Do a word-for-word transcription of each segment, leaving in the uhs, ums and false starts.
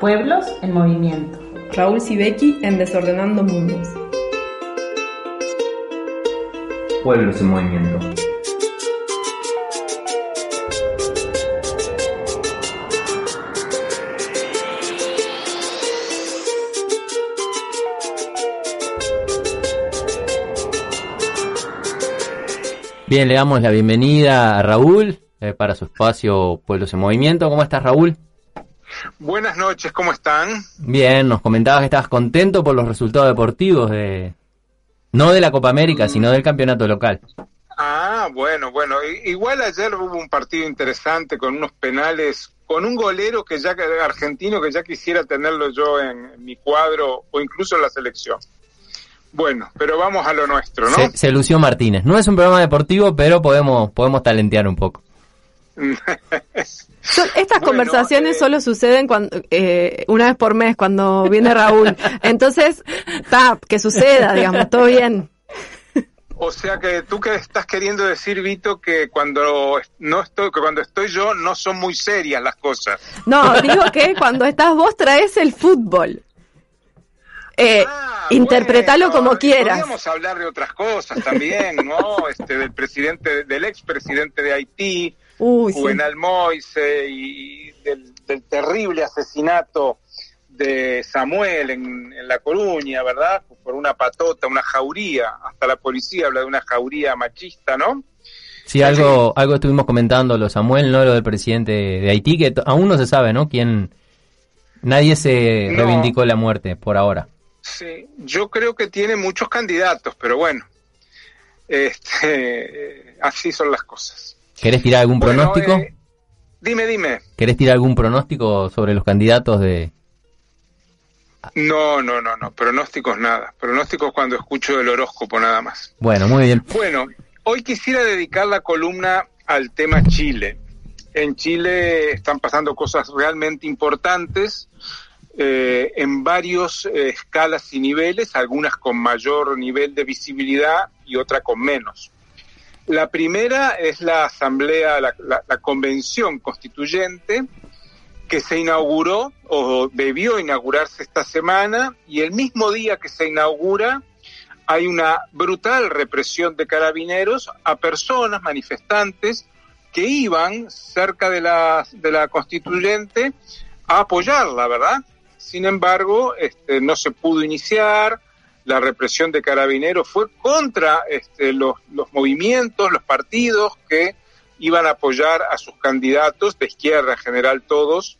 Pueblos en Movimiento. Raúl Sibeki en Desordenando Mundos. Pueblos en Movimiento. Bien, le damos la bienvenida a Raúl eh, para su espacio Pueblos en Movimiento. ¿Cómo estás, Raúl? Buenas noches, ¿cómo están? Bien, nos comentabas que estabas contento por los resultados deportivos de no de la Copa América, sino del campeonato local. Ah, bueno, bueno. Igual ayer hubo un partido interesante con unos penales, con un golero que ya argentino que ya quisiera tenerlo yo en, en mi cuadro o incluso en la selección. Bueno, pero vamos a lo nuestro, ¿no? Se, se lució Martínez. No es un programa deportivo, pero podemos podemos talentear un poco. Estas bueno, conversaciones eh... solo suceden cuando eh, una vez por mes cuando viene Raúl. Entonces, ta, que suceda, digamos, todo bien. O sea que tú que estás queriendo decir, Vito, que cuando no estoy, que cuando estoy yo no son muy serias las cosas. No, digo que cuando estás vos traes el fútbol. Eh, ah, interpretalo bueno, como quieras. Podríamos hablar de otras cosas también, ¿no? Este, del presidente, del expresidente de Haití, Uy, Juvenal sí. Moise, y del, del terrible asesinato de Samuel en, en La Coruña, ¿verdad? Por una patota, una jauría. Hasta la policía habla de una jauría machista, ¿no? Sí, algo, sí. algo estuvimos comentando, lo Samuel, no lo del presidente de Haití, que t- aún no se sabe, ¿no? Quién, nadie se no. reivindicó la muerte por ahora. Sí, yo creo que tiene muchos candidatos, pero bueno, este, así son las cosas. ¿Querés tirar algún bueno, pronóstico? Eh, dime, dime. ¿Querés tirar algún pronóstico sobre los candidatos de...? No, no, no, no, pronósticos nada. Pronósticos cuando escucho el horóscopo nada más. Bueno, muy bien. Bueno, hoy quisiera dedicar la columna al tema Chile. En Chile están pasando cosas realmente importantes. Eh, en varios eh, escalas y niveles, algunas con mayor nivel de visibilidad y otra con menos. La primera es la asamblea, la, la, la convención constituyente que se inauguró o debió inaugurarse esta semana, y el mismo día que se inaugura hay una brutal represión de carabineros a personas, manifestantes que iban cerca de la, de la constituyente a apoyarla, ¿verdad? Sin embargo, este, no se pudo iniciar, la represión de carabineros fue contra este, los, los movimientos, los partidos que iban a apoyar a sus candidatos, de izquierda en general todos,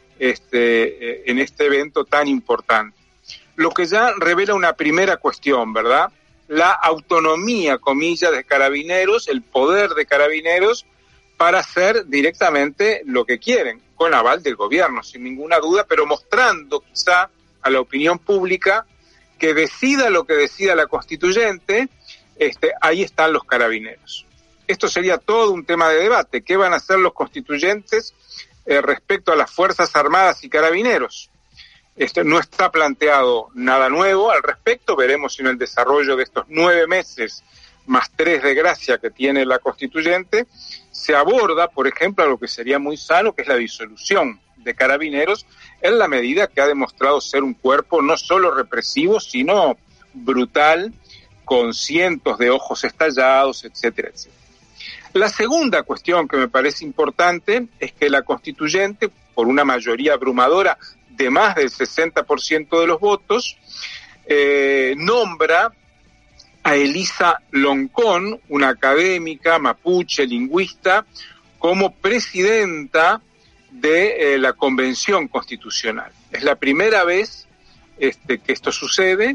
este, en este evento tan importante. Lo que ya revela una primera cuestión, ¿verdad? La autonomía, comillas, de carabineros, el poder de carabineros para hacer directamente lo que quieren, con aval del gobierno, sin ninguna duda, pero mostrando quizá a la opinión pública que decida lo que decida la constituyente, este, ahí están los carabineros. Esto sería todo un tema de debate. ¿Qué van a hacer los constituyentes eh, respecto a las Fuerzas Armadas y Carabineros? Esto no está planteado nada nuevo al respecto. Veremos si en el desarrollo de estos nueve meses más tres de gracia que tiene la constituyente se aborda, por ejemplo, a lo que sería muy sano, que es la disolución de carabineros, en la medida que ha demostrado ser un cuerpo no solo represivo, sino brutal, con cientos de ojos estallados, etcétera, etcétera. La segunda cuestión que me parece importante es que la constituyente, por una mayoría abrumadora de más del sesenta por ciento de los votos, eh, nombra a Elisa Loncón, una académica mapuche, lingüista, como presidenta de eh, la Convención Constitucional. Es la primera vez este, que esto sucede.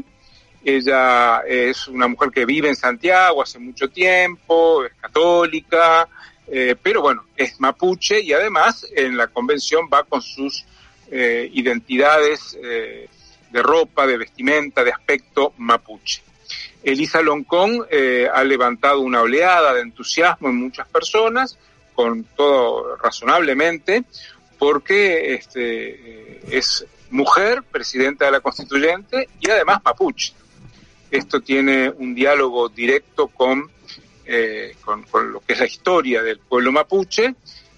Ella es una mujer que vive en Santiago hace mucho tiempo, es católica, eh, pero bueno, es mapuche y además en la convención va con sus eh, identidades eh, de ropa, de vestimenta, de aspecto mapuche. Elisa Loncón eh, ha levantado una oleada de entusiasmo en muchas personas, con todo razonablemente, porque este, eh, es mujer, presidenta de la Constituyente y además mapuche. Esto tiene un diálogo directo con, eh, con, con lo que es la historia del pueblo mapuche, que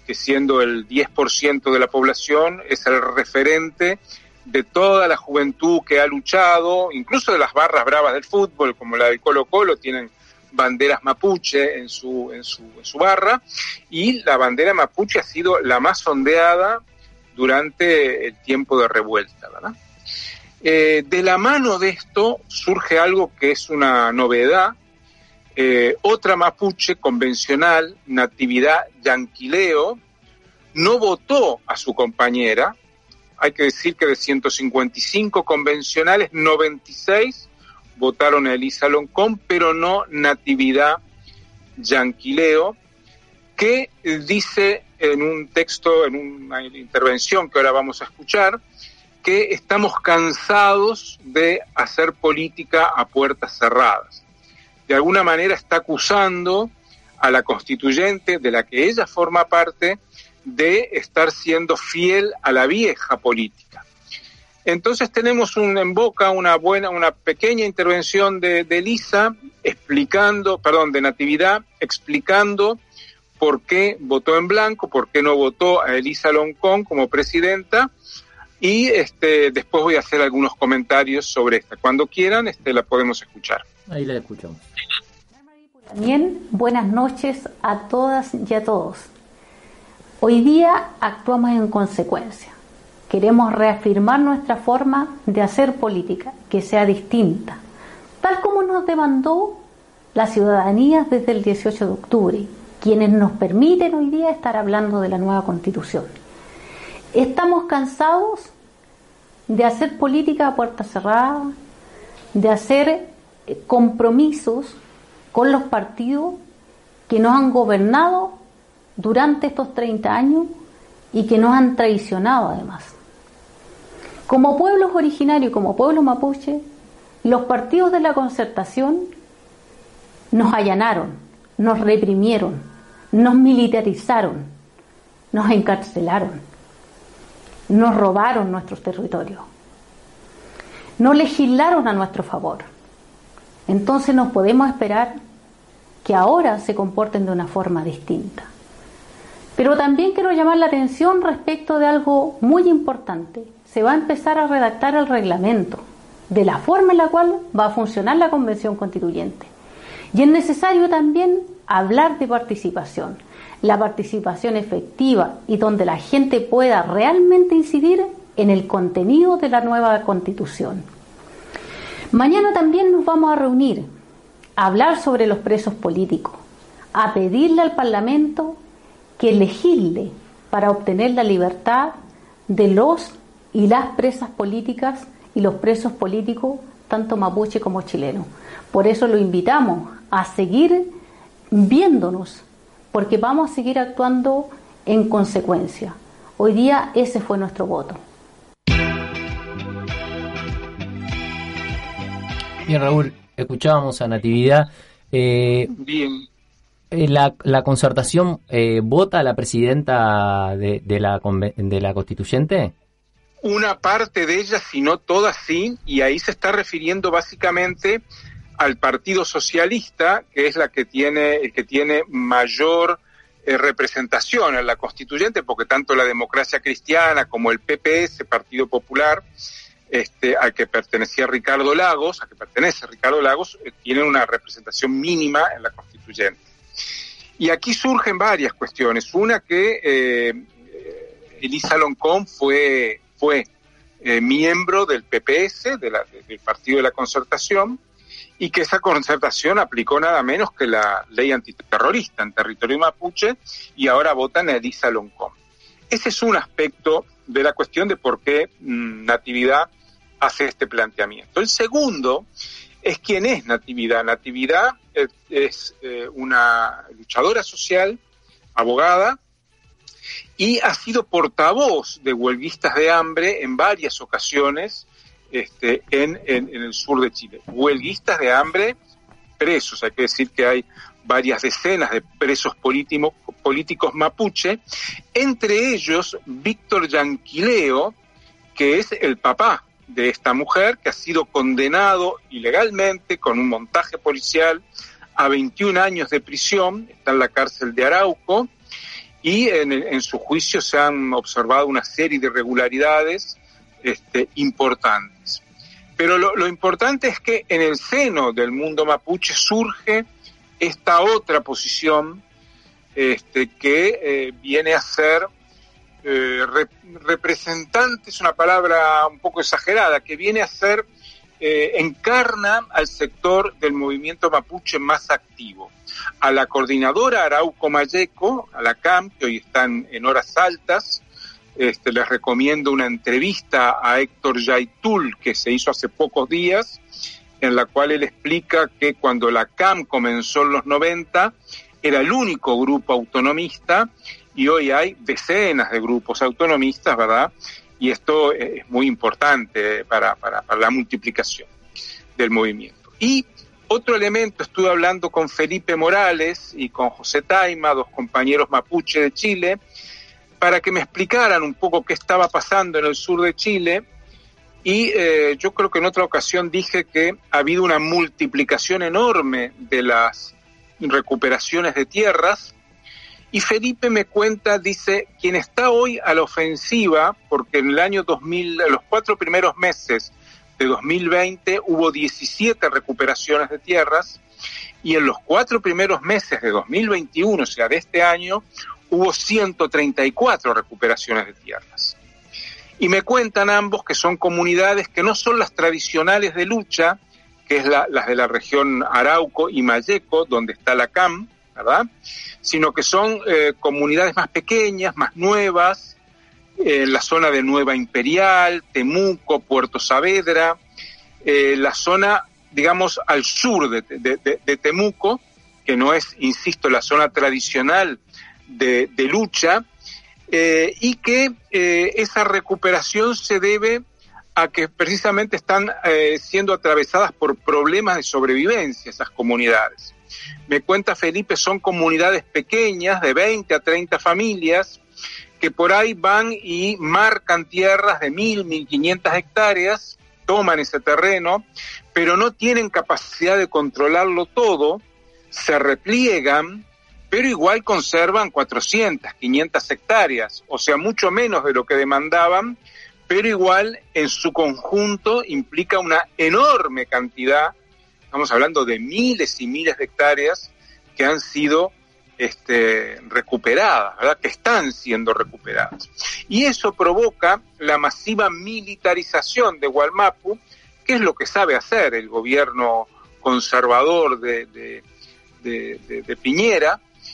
que siendo el diez por ciento de la población es el referente de toda la juventud que ha luchado, incluso de las barras bravas del fútbol, como la del Colo-Colo, tienen banderas mapuche en su, en su, en su barra, y la bandera mapuche ha sido la más ondeada durante el tiempo de revuelta, ¿verdad? Eh, de la mano de esto surge algo que es una novedad. Eh, otra mapuche convencional, Natividad Yanquileo, no votó a su compañera. Hay que decir que de ciento cincuenta y cinco convencionales, noventa y seis votaron a Elisa Loncón, pero no Natividad Yanquileo, que dice en un texto, en una intervención que ahora vamos a escuchar, que estamos cansados de hacer política a puertas cerradas. De alguna manera está acusando a la constituyente, de la que ella forma parte, de estar siendo fiel a la vieja política. Entonces tenemos un, en boca una buena, una pequeña intervención de, de Elisa explicando, perdón, de Natividad, explicando por qué votó en blanco, por qué no votó a Elisa Loncón como presidenta, y este, después voy a hacer algunos comentarios sobre esta. Cuando quieran, este, la podemos escuchar. Ahí la escuchamos. Bien, buenas noches a todas y a todos. Hoy día actuamos en consecuencia. Queremos reafirmar nuestra forma de hacer política, que sea distinta, tal como nos demandó la ciudadanía desde el dieciocho de octubre, quienes nos permiten hoy día estar hablando de la nueva Constitución. Estamos cansados de hacer política a puerta cerrada, de hacer compromisos con los partidos que nos han gobernado durante estos treinta años y que nos han traicionado además. Como pueblos originarios, como pueblo mapuche, los partidos de la concertación nos allanaron, nos reprimieron, nos militarizaron, nos encarcelaron, nos robaron nuestros territorios, no legislaron a nuestro favor. Entonces no podemos esperar que ahora se comporten de una forma distinta. Pero también quiero llamar la atención respecto de algo muy importante. Se va a empezar a redactar el reglamento de la forma en la cual va a funcionar la Convención Constituyente. Y es necesario también hablar de participación, la participación efectiva y donde la gente pueda realmente incidir en el contenido de la nueva Constitución. Mañana también nos vamos a reunir a hablar sobre los presos políticos, a pedirle al Parlamento que legisle para obtener la libertad de los y las presas políticas y los presos políticos, tanto mapuche como chilenos. Por eso lo invitamos a seguir viéndonos, porque vamos a seguir actuando en consecuencia. Hoy día ese fue nuestro voto. Bien, Raúl, escuchábamos a Natividad. Eh, Bien. La, la concertación eh, vota a la presidenta de, de, la, de la constituyente. Una parte de ella, si no todas, sí, y ahí se está refiriendo básicamente al Partido Socialista, que es la que tiene, el que tiene mayor eh, representación en la constituyente, porque tanto la Democracia Cristiana como el P P S, Partido Popular, este, al que pertenecía Ricardo Lagos, a que pertenece Ricardo Lagos, eh, tienen una representación mínima en la constituyente. Y aquí surgen varias cuestiones. Una que eh, Elisa Loncón fue, fue eh, miembro del P P S, de la, del Partido de la Concertación, y que esa concertación aplicó nada menos que la ley antiterrorista en territorio mapuche, y ahora votan a Elisa Loncón. Ese es un aspecto de la cuestión de por qué mmm, Natividad hace este planteamiento. El segundo es quién es Natividad. Natividad es, es eh, una luchadora social, abogada, y ha sido portavoz de huelguistas de hambre en varias ocasiones este, en, en, en el sur de Chile. Huelguistas de hambre presos, hay que decir que hay varias decenas de presos políticos, políticos mapuche, entre ellos Víctor Yanquileo, que es el papá de esta mujer, que ha sido condenado ilegalmente con un montaje policial a veintiún años de prisión, está en la cárcel de Arauco, y en, en su juicio se han observado una serie de irregularidades este, importantes. Pero lo, lo importante es que en el seno del mundo mapuche surge esta otra posición este, que eh, viene a ser eh, rep, representante, es una palabra un poco exagerada, que viene a ser, eh, encarna al sector del movimiento mapuche más activo, a la coordinadora Arauco Malleco, a la C A M, que hoy están en horas altas. Este, les recomiendo una entrevista a Héctor Yaitul que se hizo hace pocos días, en la cual él explica que cuando la C A M comenzó en los noventa era el único grupo autonomista y hoy hay decenas de grupos autonomistas, ¿verdad? Y esto es muy importante para, para, para la multiplicación del movimiento. Y otro elemento, estuve hablando con Felipe Morales y con José Taima, dos compañeros mapuche de Chile, para que me explicaran un poco qué estaba pasando en el sur de Chile, y eh, yo creo que en otra ocasión dije que ha habido una multiplicación enorme de las recuperaciones de tierras, y Felipe me cuenta, dice, quien está hoy a la ofensiva, porque en el año dos mil, en los cuatro primeros meses de dos mil veinte hubo diecisiete recuperaciones de tierras, y en los cuatro primeros meses de dos mil veintiuno, o sea, de este año, hubo ciento treinta y cuatro recuperaciones de tierras. Y me cuentan ambos que son comunidades que no son las tradicionales de lucha, que es la, las de la región Arauco y Malleco, donde está la C A M, ¿verdad? Sino que son eh, comunidades más pequeñas, más nuevas, en eh, la zona de Nueva Imperial, Temuco, Puerto Saavedra, eh, la zona, digamos, al sur de, de, de, de Temuco, que no es, insisto, la zona tradicional De, de lucha, eh, y que eh, esa recuperación se debe a que precisamente están eh, siendo atravesadas por problemas de sobrevivencia esas comunidades. Me cuenta Felipe, son comunidades pequeñas de veinte a treinta familias que por ahí van y marcan tierras de mil, mil quinientas hectáreas, toman ese terreno, pero no tienen capacidad de controlarlo todo, se repliegan, pero igual conservan cuatrocientas, quinientas hectáreas, o sea, mucho menos de lo que demandaban, pero igual en su conjunto implica una enorme cantidad, estamos hablando de miles y miles de hectáreas que han sido este, recuperadas, ¿verdad? Que están siendo recuperadas. Y eso provoca la masiva militarización de Wallmapu, que es lo que sabe hacer el gobierno conservador de, de, de, de, de Piñera.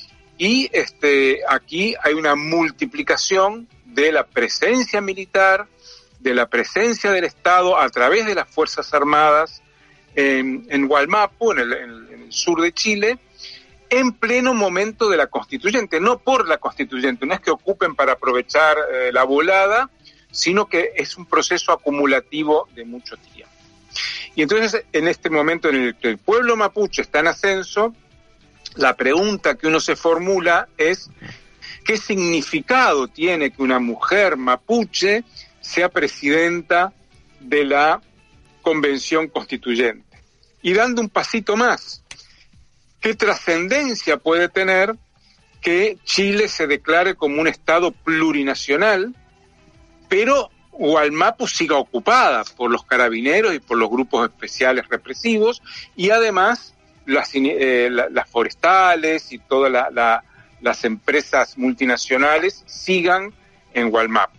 Y este, aquí hay una multiplicación de la presencia militar, de la presencia del Estado a través de las Fuerzas Armadas en, en Wallmapu, en el, en el sur de Chile, en pleno momento de la constituyente, no por la constituyente, no es que ocupen para aprovechar eh, la volada, sino que es un proceso acumulativo de mucho tiempo. Y entonces, en este momento en el que el pueblo mapuche está en ascenso, la pregunta que uno se formula es ¿qué significado tiene que una mujer mapuche sea presidenta de la Convención Constituyente? Y dando un pasito más, ¿qué trascendencia puede tener que Chile se declare como un Estado plurinacional, pero Wallmapu siga ocupada por los carabineros y por los grupos especiales represivos, y además Las, eh, la, las forestales y todas la, la, las empresas multinacionales sigan en Wallmapu?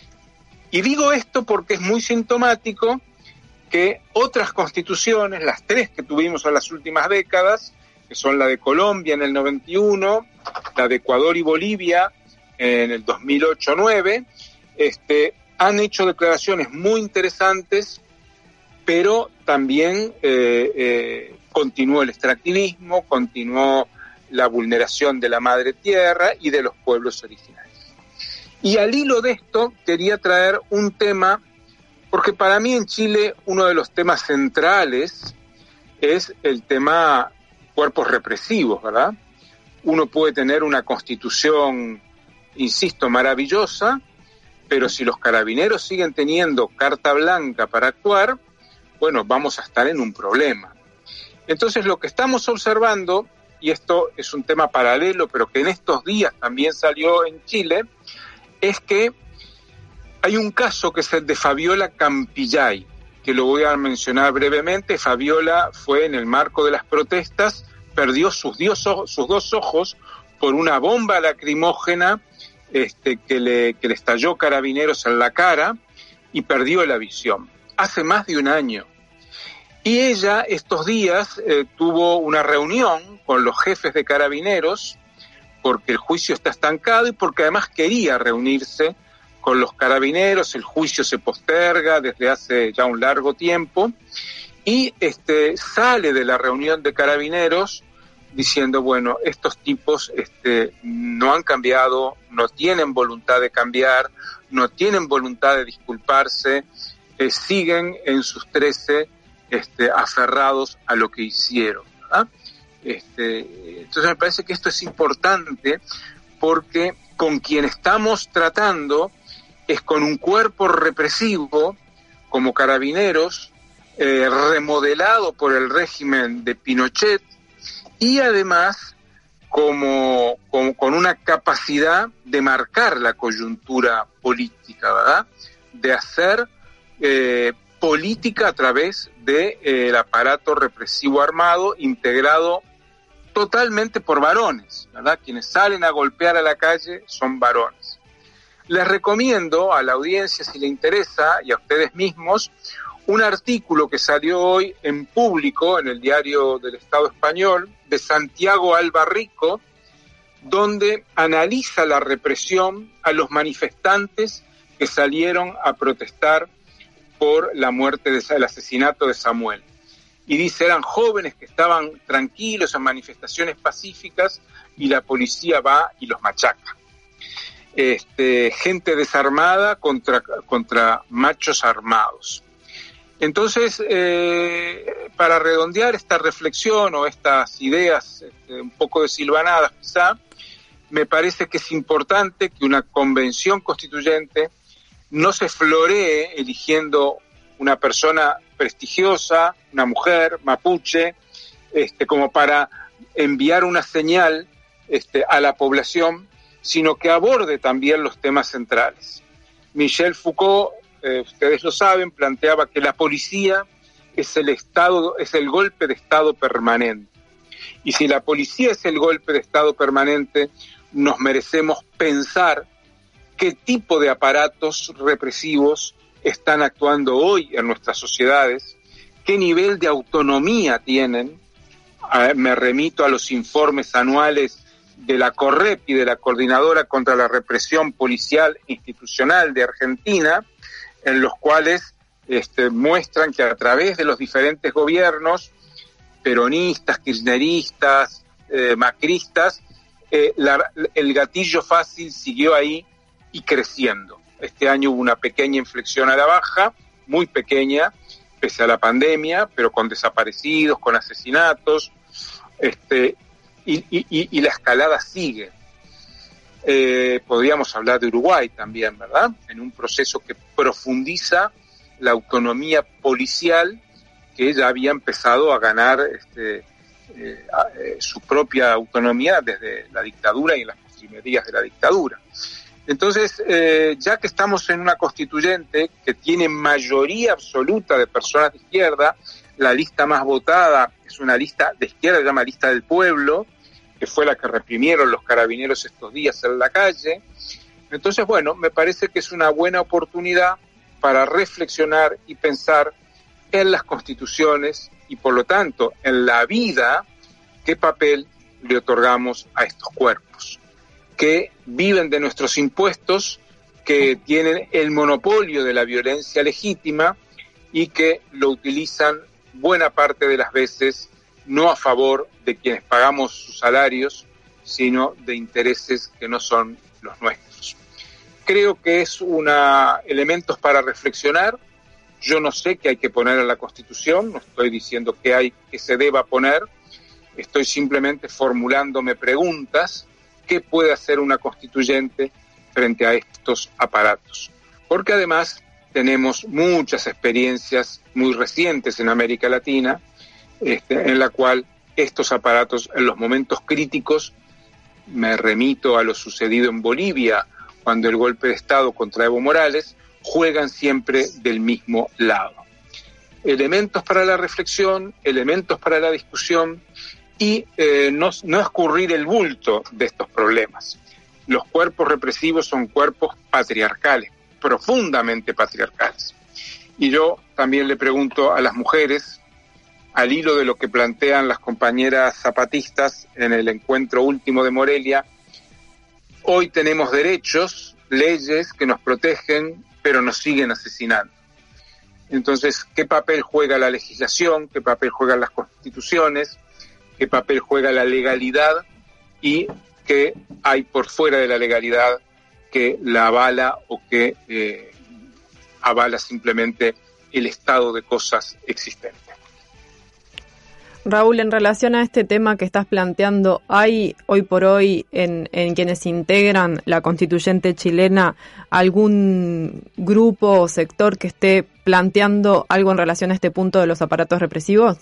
Y digo esto porque es muy sintomático que otras constituciones, las tres que tuvimos en las últimas décadas, que son la de Colombia en el noventa y uno, la de Ecuador y Bolivia en el dos mil ocho nueve, este, han hecho declaraciones muy interesantes, pero también eh, eh, continuó el extractivismo, continuó la vulneración de la madre tierra y de los pueblos originarios. Y al hilo de esto quería traer un tema, porque para mí en Chile uno de los temas centrales es el tema cuerpos represivos, ¿verdad? Uno puede tener una constitución, insisto, maravillosa, pero si los carabineros siguen teniendo carta blanca para actuar, bueno, vamos a estar en un problema. Entonces lo que estamos observando y esto es un tema paralelo, pero que en estos días también salió en Chile, es que hay un caso que es el de Fabiola Campillay, que lo voy a mencionar brevemente. Fabiola fue en el marco de las protestas, perdió sus, dios, sus dos ojos por una bomba lacrimógena este, que, le, que le estalló Carabineros en la cara y perdió la visión. Hace más de un año. Y ella estos días eh, tuvo una reunión con los jefes de Carabineros porque el juicio está estancado y porque además quería reunirse con los Carabineros. El juicio se posterga desde hace ya un largo tiempo y este, sale de la reunión de Carabineros diciendo, bueno, estos tipos este, no han cambiado, no tienen voluntad de cambiar, no tienen voluntad de disculparse, eh, siguen en sus trece Este, aferrados a lo que hicieron, ¿verdad? Este, entonces me parece que esto es importante porque con quien estamos tratando es con un cuerpo represivo como Carabineros, eh, remodelado por el régimen de Pinochet y además como, como con una capacidad de marcar la coyuntura política, ¿verdad? De hacer eh, política a través del de, eh, aparato represivo armado integrado totalmente por varones, ¿verdad? Quienes salen a golpear a la calle son varones. Les recomiendo a la audiencia, si le interesa, y a ustedes mismos, un artículo que salió hoy en Público, en el diario del Estado español, de Santiago Albarrico, donde analiza la represión a los manifestantes que salieron a protestar por la muerte, de, el asesinato de Samuel. Y dice, eran jóvenes que estaban tranquilos en manifestaciones pacíficas y la policía va y los machaca. Este, gente desarmada contra, contra machos armados. Entonces, eh, para redondear esta reflexión o estas ideas este, un poco desilvanadas quizá, me parece que es importante que una convención constituyente no se floree eligiendo una persona prestigiosa, una mujer mapuche, este, como para enviar una señal este, a la población, sino que aborde también los temas centrales. Michel Foucault, eh, ustedes lo saben, planteaba que la policía es el estado, es el golpe de estado permanente. Y si la policía es el golpe de estado permanente, nos merecemos pensar qué tipo de aparatos represivos están actuando hoy en nuestras sociedades, qué nivel de autonomía tienen. Me remito a los informes anuales de la CORREP y de la Coordinadora contra la Represión Policial Institucional de Argentina, en los cuales este, muestran que a través de los diferentes gobiernos, peronistas, kirchneristas, eh, macristas, eh, la, el gatillo fácil siguió ahí y creciendo. Este año hubo una pequeña inflexión a la baja, muy pequeña, pese a la pandemia, pero con desaparecidos, con asesinatos, este, y, y, y la escalada sigue. Eh, podríamos hablar de Uruguay también, ¿verdad? En un proceso que profundiza la autonomía policial que ya había empezado a ganar este, eh, eh, su propia autonomía desde la dictadura y en las postrimerías de la dictadura. Entonces, eh, ya que estamos en una constituyente que tiene mayoría absoluta de personas de izquierda, la lista más votada es una lista de izquierda, se llama Lista del Pueblo, que fue la que reprimieron los carabineros estos días en la calle. Entonces, bueno, me parece que es una buena oportunidad para reflexionar y pensar en las constituciones y, por lo tanto, en la vida, qué papel le otorgamos a estos cuerpos, que viven de nuestros impuestos, que tienen el monopolio de la violencia legítima y que lo utilizan buena parte de las veces no a favor de quienes pagamos sus salarios, sino de intereses que no son los nuestros. Creo que es una elementos para reflexionar. Yo no sé qué hay que poner en la Constitución, no estoy diciendo qué hay que se deba poner, estoy simplemente formulándome preguntas. ¿Qué puede hacer una constituyente frente a estos aparatos? Porque además tenemos muchas experiencias muy recientes en América Latina, este, en la cual estos aparatos en los momentos críticos, me remito a lo sucedido en Bolivia, cuando el golpe de Estado contra Evo Morales, juegan siempre del mismo lado. Elementos para la reflexión, elementos para la discusión y eh, no, no escurrir el bulto de estos problemas. Los cuerpos represivos son cuerpos patriarcales, profundamente patriarcales. Y yo también le pregunto a las mujeres, al hilo de lo que plantean las compañeras zapatistas en el encuentro último de Morelia, hoy tenemos derechos, leyes que nos protegen, pero nos siguen asesinando. Entonces, ¿qué papel juega la legislación? ¿Qué papel juegan las constituciones? ¿Qué papel juega la legalidad? ¿Y qué hay por fuera de la legalidad que la avala o que eh, avala simplemente el estado de cosas existente? Raúl, en relación a este tema que estás planteando, ¿hay hoy por hoy en, en quienes integran la constituyente chilena algún grupo o sector que esté planteando algo en relación a este punto de los aparatos represivos?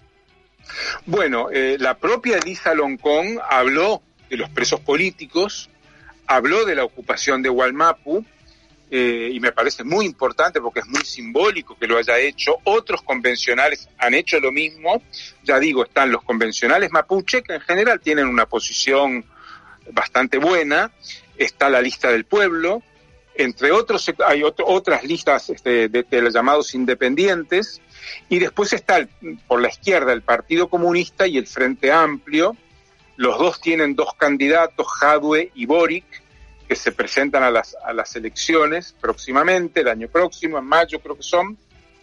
Bueno, eh, la propia Elisa Loncón habló de los presos políticos, habló de la ocupación de Wallmapu, Eh, y me parece muy importante porque es muy simbólico que lo haya hecho. Otros convencionales han hecho lo mismo. Ya digo, están los convencionales mapuche, que en general tienen una posición bastante buena. Está la lista del pueblo. Entre otros, hay otro, otras listas este, de, de los llamados independientes. Y después está, el, por la izquierda, el Partido Comunista y el Frente Amplio. Los dos tienen dos candidatos, Jadwe y Boric, que se presentan a las, a las elecciones próximamente, el año próximo, en mayo creo que son,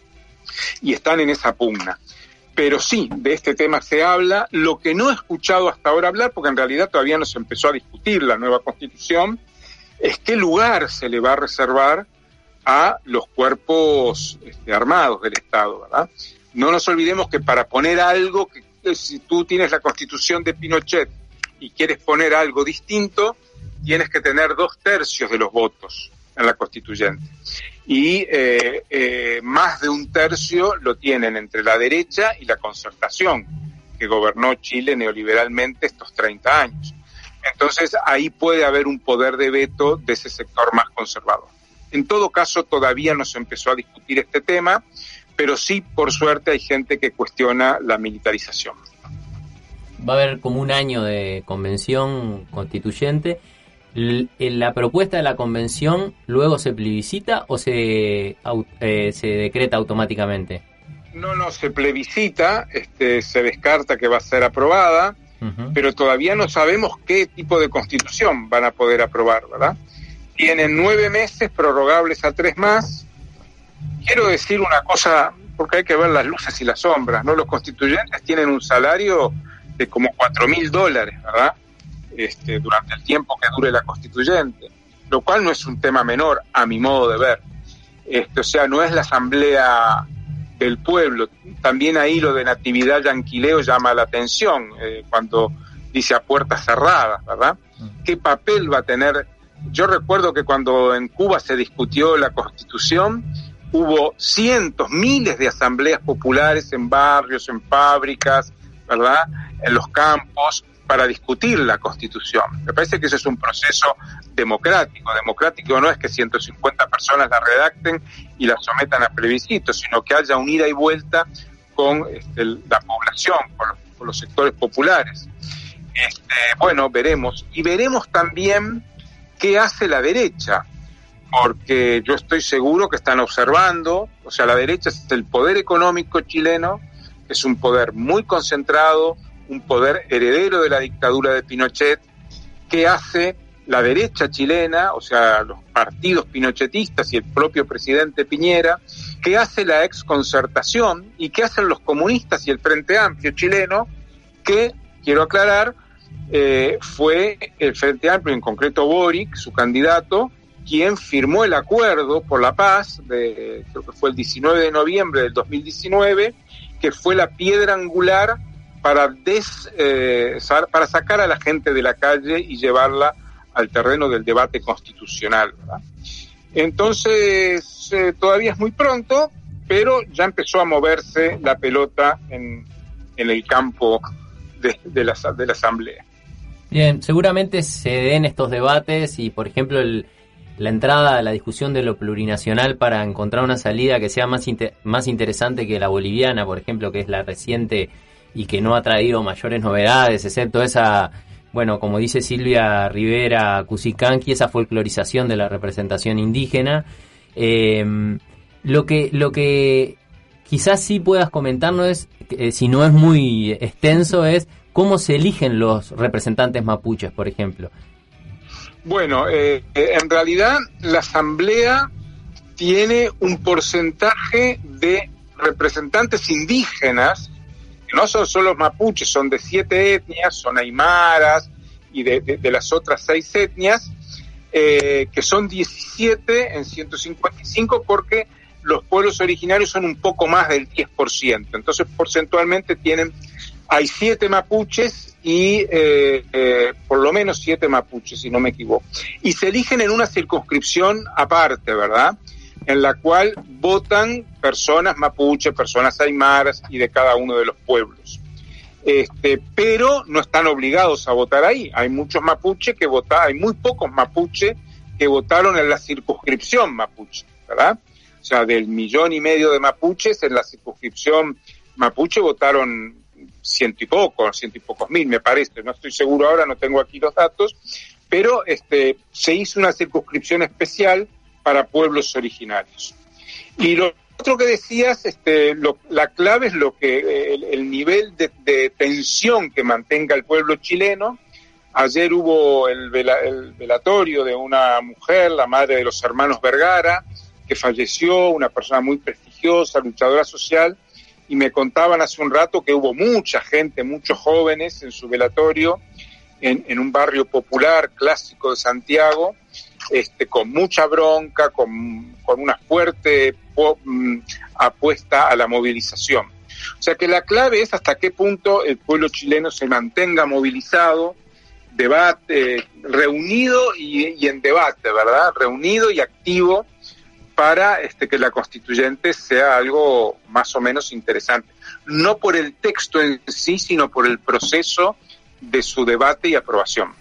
y están en esa pugna. Pero sí, de este tema se habla. Lo que no he escuchado hasta ahora hablar, porque en realidad todavía no se empezó a discutir la nueva Constitución, es qué lugar se le va a reservar a los cuerpos este, armados del Estado, ¿verdad? No nos olvidemos que para poner algo, que, que si tú tienes la Constitución de Pinochet y quieres poner algo distinto, tienes que tener dos tercios de los votos en la constituyente. Y eh, eh, más de un tercio lo tienen entre la derecha y la concertación, que gobernó Chile neoliberalmente estos treinta años. Entonces, ahí puede haber un poder de veto de ese sector más conservador. En todo caso, todavía no se empezó a discutir este tema, pero sí, por suerte, hay gente que cuestiona la militarización. Va a haber como un año de convención constituyente. ¿La propuesta de la convención luego se plebiscita o se eh, se decreta automáticamente? No, no, se plebiscita, este, se descarta que va a ser aprobada, uh-huh. Pero todavía no sabemos qué tipo de constitución van a poder aprobar, ¿verdad? Tienen nueve meses, prorrogables a tres más. Quiero decir una cosa, porque hay que ver las luces y las sombras, ¿no? Los constituyentes tienen un salario de como cuatro mil dólares, ¿verdad? Este, durante el tiempo que dure la constituyente, lo cual no es un tema menor a mi modo de ver. Este, o sea, no es la asamblea del pueblo. También ahí lo de Natividad Yanquileo llama la atención, eh, cuando dice a puertas cerradas, ¿verdad? ¿Qué papel va a tener? Yo recuerdo que cuando en Cuba se discutió la Constitución, hubo cientos, miles de asambleas populares en barrios, en fábricas, ¿verdad? En los campos, para discutir la Constitución. Me parece que ese es un proceso democrático. Democrático no es que ciento cincuenta personas la redacten y la sometan a plebiscito, sino que haya un ida y vuelta con este, la población, con los, con los sectores populares. Este, bueno, veremos. Y veremos también qué hace la derecha, porque yo estoy seguro que están observando, o sea, la derecha es el poder económico chileno, es un poder muy concentrado, un poder heredero de la dictadura de Pinochet. ¿Qué hace la derecha chilena, o sea, los partidos pinochetistas y el propio presidente Piñera? ¿Qué hace la exconcertación? ¿Y qué hacen los comunistas y el Frente Amplio chileno? Que, quiero aclarar, eh, fue el Frente Amplio, en concreto Boric, su candidato, quien firmó el acuerdo por la paz, de, creo que fue el diecinueve de noviembre del dos mil diecinueve, que fue la piedra angular para, des, eh, para sacar a la gente de la calle y llevarla al terreno del debate constitucional, ¿verdad? Entonces, eh, todavía es muy pronto, pero ya empezó a moverse la pelota en, en el campo de, de, la, de la Asamblea. Bien, seguramente se den estos debates y, por ejemplo, el, la entrada a la discusión de lo plurinacional para encontrar una salida que sea más, inter, más interesante que la boliviana, por ejemplo, que es la reciente y que no ha traído mayores novedades, excepto esa, bueno, como dice Silvia Rivera Cusicanqui, esa folclorización de la representación indígena. Eh, lo que lo que quizás sí puedas comentarnos es, eh, si no es muy extenso, es cómo se eligen los representantes mapuches, por ejemplo. Bueno, eh, en realidad la Asamblea tiene un porcentaje de representantes indígenas, que no son solo mapuches, son de siete etnias, son aymaras y de, de, de las otras seis etnias, eh, que son diecisiete en ciento cincuenta y cinco, porque los pueblos originarios son un poco más del diez por ciento. Entonces, porcentualmente tienen, hay siete mapuches y eh, eh, por lo menos siete mapuches, si no me equivoco. Y se eligen en una circunscripción aparte, ¿verdad?, en la cual votan personas mapuches, personas aymaras y de cada uno de los pueblos. Este, pero no están obligados a votar ahí. Hay muchos mapuches que votaron, hay muy pocos mapuches que votaron en la circunscripción mapuche, ¿verdad? O sea, del millón y medio de mapuches en la circunscripción mapuche votaron ciento y pocos, ciento y pocos mil, me parece. No estoy seguro ahora, no tengo aquí los datos, pero este, se hizo una circunscripción especial para pueblos originarios. Y lo otro que decías, este, lo, la clave es lo que el, el nivel de, de tensión que mantenga el pueblo chileno. Ayer hubo el, vela, el velatorio de una mujer, la madre de los hermanos Vergara, que falleció, una persona muy prestigiosa, luchadora social, y me contaban hace un rato que hubo mucha gente, muchos jóvenes en su velatorio, en, en un barrio popular clásico de Santiago, este, con mucha bronca, con, con una fuerte po, m, apuesta a la movilización. O sea que la clave es hasta qué punto el pueblo chileno se mantenga movilizado, debate, reunido y, y en debate, ¿verdad? Reunido y activo para este, que la constituyente sea algo más o menos interesante. No por el texto en sí, sino por el proceso de su debate y aprobación.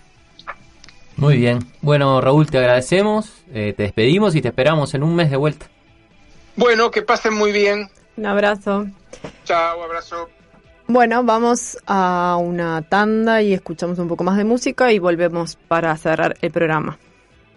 Muy bien. Bueno, Raúl, te agradecemos, eh, te despedimos y te esperamos en un mes de vuelta. Bueno, que pasen muy bien. Un abrazo. Chao, abrazo. Bueno, vamos a una tanda y escuchamos un poco más de música y volvemos para cerrar el programa.